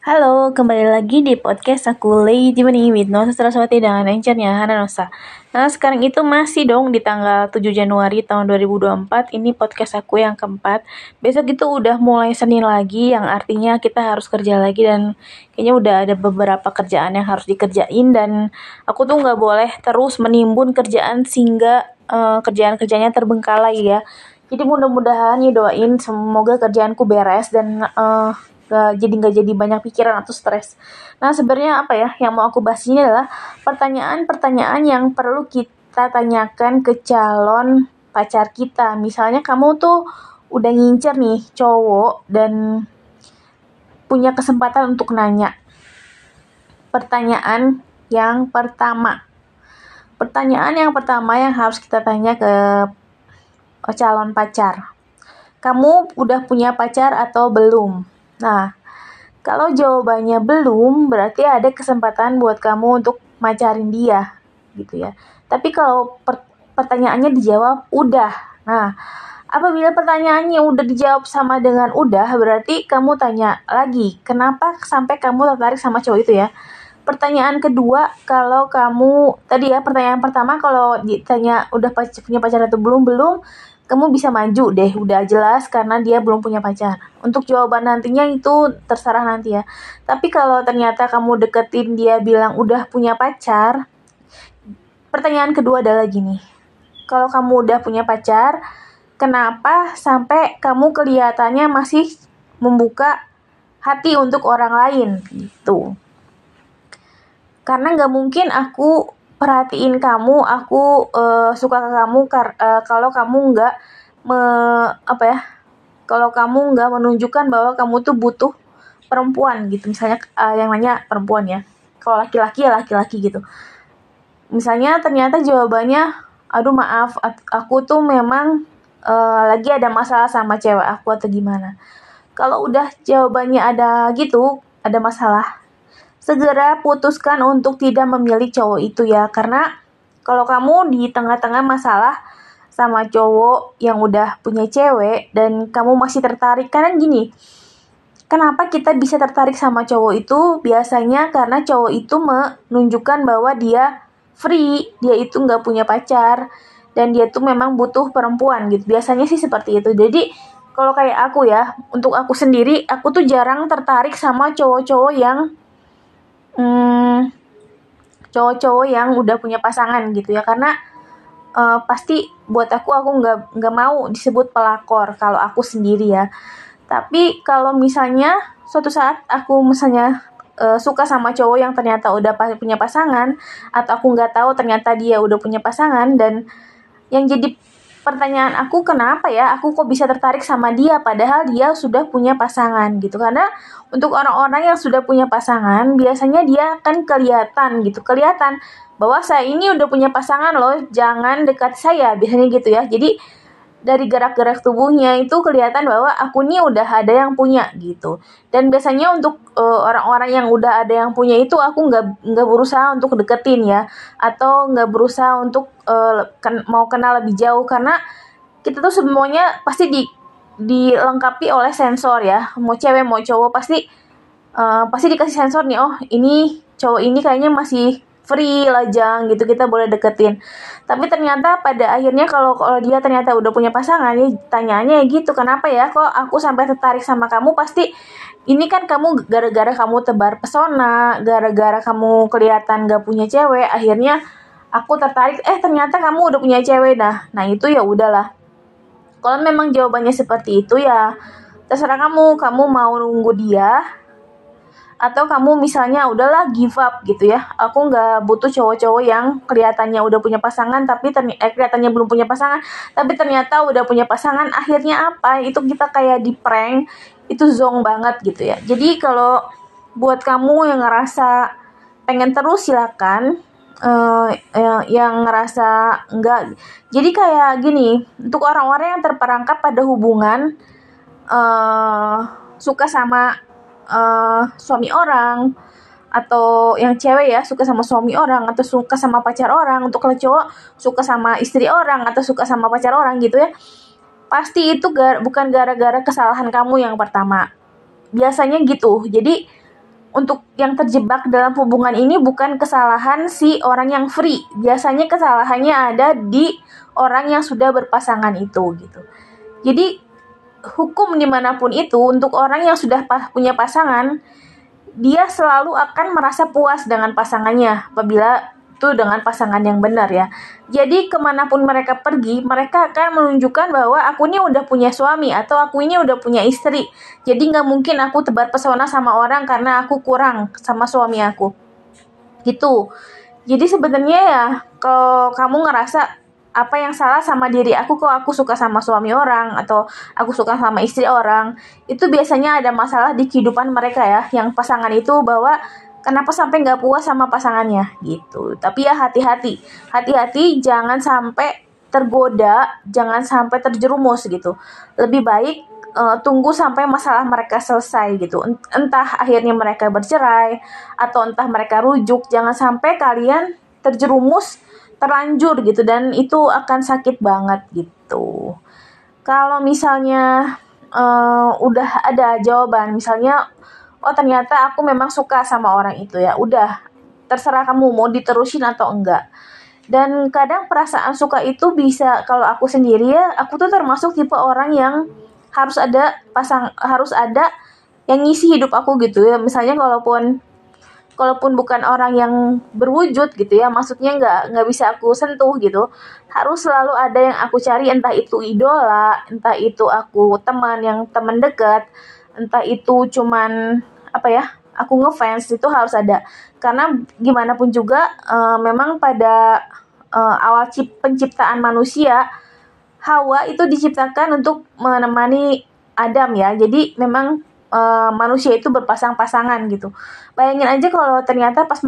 Halo, kembali lagi di podcast aku Lady Mani with Nosa Saraswati dengan encernya Hana Nosa. Nah, sekarang itu masih dong di tanggal 7 Januari tahun 2024. Ini podcast aku yang keempat. Besok itu udah mulai Senin lagi, yang artinya kita harus kerja lagi dan kayaknya udah ada beberapa kerjaan yang harus dikerjain dan aku tuh nggak boleh terus menimbun kerjaan sehingga kerjaan-kerjanya terbengkalai ya. Jadi mudah-mudahan ya doain semoga kerjaanku beres dan nggak jadi banyak pikiran atau stres. Nah, sebenarnya apa ya yang mau aku bahas ini adalah pertanyaan-pertanyaan yang perlu kita tanyakan ke calon pacar kita. Misalnya kamu tuh udah ngincer nih cowok dan punya kesempatan untuk nanya. Pertanyaan yang pertama. Pertanyaan yang pertama yang harus kita tanya ke calon pacar. Kamu udah punya pacar atau belum? Nah, kalau jawabannya belum, berarti ada kesempatan buat kamu untuk macarin dia, gitu ya. Tapi kalau pertanyaannya dijawab udah. Nah, apabila pertanyaannya udah dijawab sama dengan udah, berarti kamu tanya lagi, kenapa sampai kamu tertarik sama cowok itu ya? Pertanyaan kedua, kalau kamu tadi ya pertanyaan pertama kalau ditanya udah punya pacar atau belum, kamu bisa maju deh, udah jelas karena dia belum punya pacar. Untuk jawaban nantinya itu terserah nanti ya. Tapi kalau ternyata kamu deketin dia bilang udah punya pacar, pertanyaan kedua adalah gini. Kalau kamu udah punya pacar, kenapa sampai kamu kelihatannya masih membuka hati untuk orang lain gitu? Karena nggak mungkin aku perhatiin kamu, aku suka ke kamu kalau kamu nggak kalau kamu nggak menunjukkan bahwa kamu tuh butuh perempuan gitu. Misalnya yang nanya perempuan ya, kalau laki-laki ya laki-laki gitu. Misalnya ternyata jawabannya, aduh maaf, aku tuh memang lagi ada masalah sama cewek aku atau gimana. Kalau udah jawabannya ada gitu, ada masalah, segera putuskan untuk tidak memilih cowok itu ya. Karena kalau kamu di tengah-tengah masalah sama cowok yang udah punya cewek dan kamu masih tertarik, karena gini, kenapa kita bisa tertarik sama cowok itu? Biasanya karena cowok itu menunjukkan bahwa dia free, dia itu nggak punya pacar dan dia tuh memang butuh perempuan gitu. Biasanya sih seperti itu. Jadi kalau kayak aku ya, untuk aku sendiri, aku tuh jarang tertarik sama cowok-cowok yang udah punya pasangan gitu ya. Karena pasti buat aku nggak mau disebut pelakor kalau aku sendiri ya. Tapi kalau misalnya suatu saat aku misalnya suka sama cowok yang ternyata udah punya pasangan, atau aku nggak tahu ternyata dia udah punya pasangan, dan yang jadi pertanyaan aku, kenapa ya aku kok bisa tertarik sama dia padahal dia sudah punya pasangan gitu. Karena untuk orang-orang yang sudah punya pasangan, biasanya dia kan kelihatan bahwa saya ini udah punya pasangan loh, jangan dekat saya, biasanya gitu ya. Jadi dari gerak-gerak tubuhnya itu kelihatan bahwa aku nih udah ada yang punya gitu. Dan biasanya untuk orang-orang yang udah ada yang punya itu, aku nggak berusaha untuk deketin ya, atau nggak berusaha untuk mau kenal lebih jauh, karena kita tuh semuanya pasti dilengkapi oleh sensor ya. Mau cewek mau cowok pasti dikasih sensor nih, oh ini cowok ini kayaknya masih free, lajang gitu, kita boleh deketin. Tapi ternyata pada akhirnya kalau dia ternyata udah punya pasangan, ya tanyaannya ya gitu, kenapa ya kok aku sampai tertarik sama kamu? Pasti ini kan kamu gara-gara kamu tebar pesona, gara-gara kamu kelihatan gak punya cewek, akhirnya aku tertarik. Ternyata kamu udah punya cewek. Nah itu ya udahlah. Kalau memang jawabannya seperti itu ya terserah kamu mau nunggu dia, atau kamu misalnya udahlah give up gitu ya. Aku nggak butuh cowok-cowok yang kelihatannya udah punya pasangan tapi kelihatannya belum punya pasangan tapi ternyata udah punya pasangan. Akhirnya apa? Itu kita kayak di prank, itu zong banget gitu ya. Jadi kalau buat kamu yang ngerasa pengen terus, silakan. Yang ngerasa enggak, jadi kayak gini, untuk orang-orang yang terperangkap pada hubungan, suka sama suami orang, atau yang cewek ya suka sama suami orang atau suka sama pacar orang. Untuk kalau cowok suka sama istri orang atau suka sama pacar orang gitu ya, pasti itu bukan gara-gara kesalahan kamu yang pertama, biasanya gitu. Jadi untuk yang terjebak dalam hubungan ini bukan kesalahan si orang yang free. Biasanya kesalahannya ada di orang yang sudah berpasangan itu gitu. Jadi hukum dimanapun itu untuk orang yang sudah punya pasangan, dia selalu akan merasa puas dengan pasangannya apabila itu dengan pasangan yang benar ya. Jadi kemanapun mereka pergi, mereka akan menunjukkan bahwa aku ini udah punya suami atau aku ini udah punya istri. Jadi nggak mungkin aku tebar pesona sama orang karena aku kurang sama suami aku. Gitu. Jadi sebenarnya ya, kalau kamu ngerasa apa yang salah sama diri aku kok aku suka sama suami orang atau aku suka sama istri orang, itu biasanya ada masalah di kehidupan mereka ya, yang pasangan itu, bahwa kenapa sampai nggak puas sama pasangannya gitu. Tapi ya hati-hati jangan sampai tergoda, jangan sampai terjerumus gitu. Lebih baik tunggu sampai masalah mereka selesai gitu. Entah akhirnya mereka bercerai atau entah mereka rujuk, jangan sampai kalian terjerumus terlanjur gitu, dan itu akan sakit banget gitu. Kalau misalnya udah ada jawaban, misalnya oh ternyata aku memang suka sama orang itu ya, udah terserah kamu mau diterusin atau enggak. Dan kadang perasaan suka itu bisa, kalau aku sendiri ya, aku tuh termasuk tipe orang yang harus ada yang ngisi hidup aku gitu ya. Misalnya kalaupun bukan orang yang berwujud gitu ya, maksudnya nggak bisa aku sentuh gitu, harus selalu ada yang aku cari, entah itu idola, entah itu aku teman dekat, entah itu cuman aku ngefans, itu harus ada. Karena gimana pun juga memang pada awal penciptaan manusia, Hawa itu diciptakan untuk menemani Adam ya. Jadi memang manusia itu berpasang-pasangan gitu. Bayangin aja kalau ternyata pas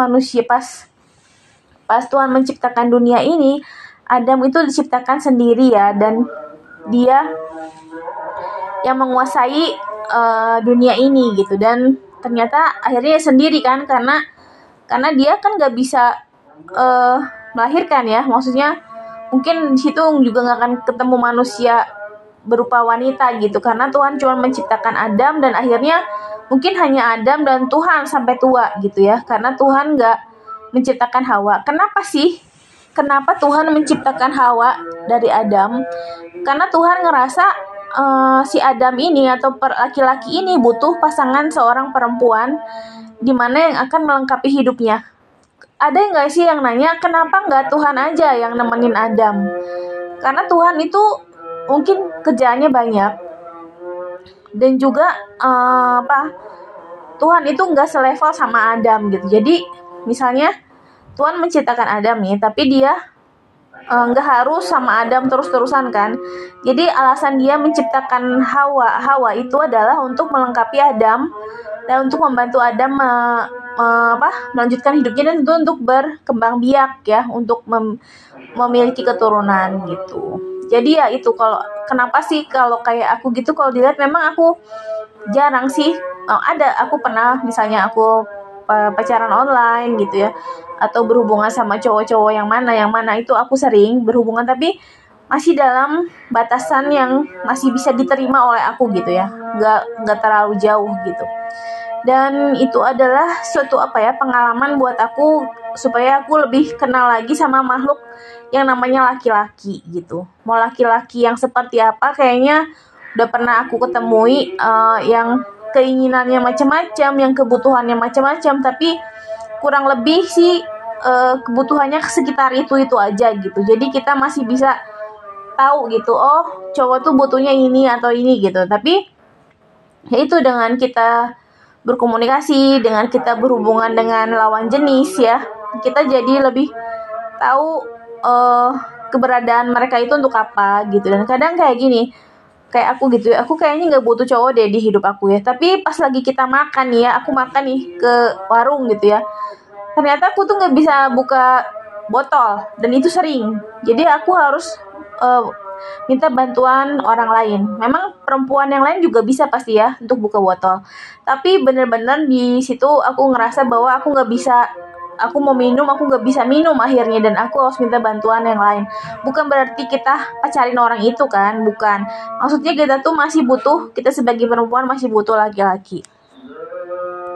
Tuhan menciptakan dunia ini, Adam itu diciptakan sendiri ya, dan dia yang menguasai dunia ini gitu. Dan ternyata akhirnya sendiri kan, karena dia kan nggak bisa melahirkan ya. Maksudnya mungkin di situ juga nggak akan ketemu manusia berupa wanita gitu, karena Tuhan cuma menciptakan Adam, dan akhirnya mungkin hanya Adam dan Tuhan sampai tua gitu ya, karena Tuhan nggak menciptakan Hawa. Kenapa Tuhan menciptakan Hawa dari Adam? Karena Tuhan ngerasa si Adam ini atau laki-laki ini butuh pasangan seorang perempuan di mana yang akan melengkapi hidupnya. Ada nggak sih yang nanya kenapa nggak Tuhan aja yang nemenin Adam? Karena Tuhan itu mungkin kerjaannya banyak, dan juga Tuhan itu nggak selevel sama Adam gitu. Jadi misalnya Tuhan menciptakan Adam nih, tapi dia nggak harus sama Adam terus-terusan kan. Jadi alasan dia menciptakan Hawa itu adalah untuk melengkapi Adam dan untuk membantu Adam melanjutkan hidupnya, dan itu untuk berkembang biak ya, untuk memiliki keturunan gitu. Jadi ya itu, kenapa sih kalau kayak aku gitu, kalau dilihat memang aku jarang sih aku pernah misalnya aku pacaran online gitu ya, atau berhubungan sama cowok-cowok yang mana itu aku sering berhubungan, tapi masih dalam batasan yang masih bisa diterima oleh aku gitu ya, nggak terlalu jauh gitu. Dan itu adalah suatu pengalaman buat aku, supaya aku lebih kenal lagi sama makhluk yang namanya laki-laki gitu. Mau laki-laki yang seperti apa, kayaknya udah pernah aku ketemui, yang keinginannya macam-macam, yang kebutuhannya macam-macam, tapi kurang lebih sih kebutuhannya sekitar itu aja gitu. Jadi kita masih bisa tahu gitu, oh cowok tuh butuhnya ini atau ini gitu. Tapi ya itu, dengan kita berkomunikasi, dengan kita berhubungan dengan lawan jenis ya, kita jadi lebih tahu keberadaan mereka itu untuk apa gitu. Dan kadang kayak gini, kayak aku gitu ya, aku kayaknya nggak butuh cowok deh di hidup aku ya, tapi pas lagi kita makan nih ya, aku makan nih ke warung gitu ya, ternyata aku tuh nggak bisa buka botol, dan itu sering. Jadi aku harus minta bantuan orang lain. Memang perempuan yang lain juga bisa pasti ya untuk buka botol, tapi bener-bener di situ aku ngerasa bahwa aku nggak bisa, aku mau minum aku nggak bisa minum akhirnya, dan aku harus minta bantuan yang lain. Bukan berarti kita pacarin orang itu kan, bukan. Maksudnya kita tuh masih butuh, kita sebagai perempuan masih butuh laki-laki.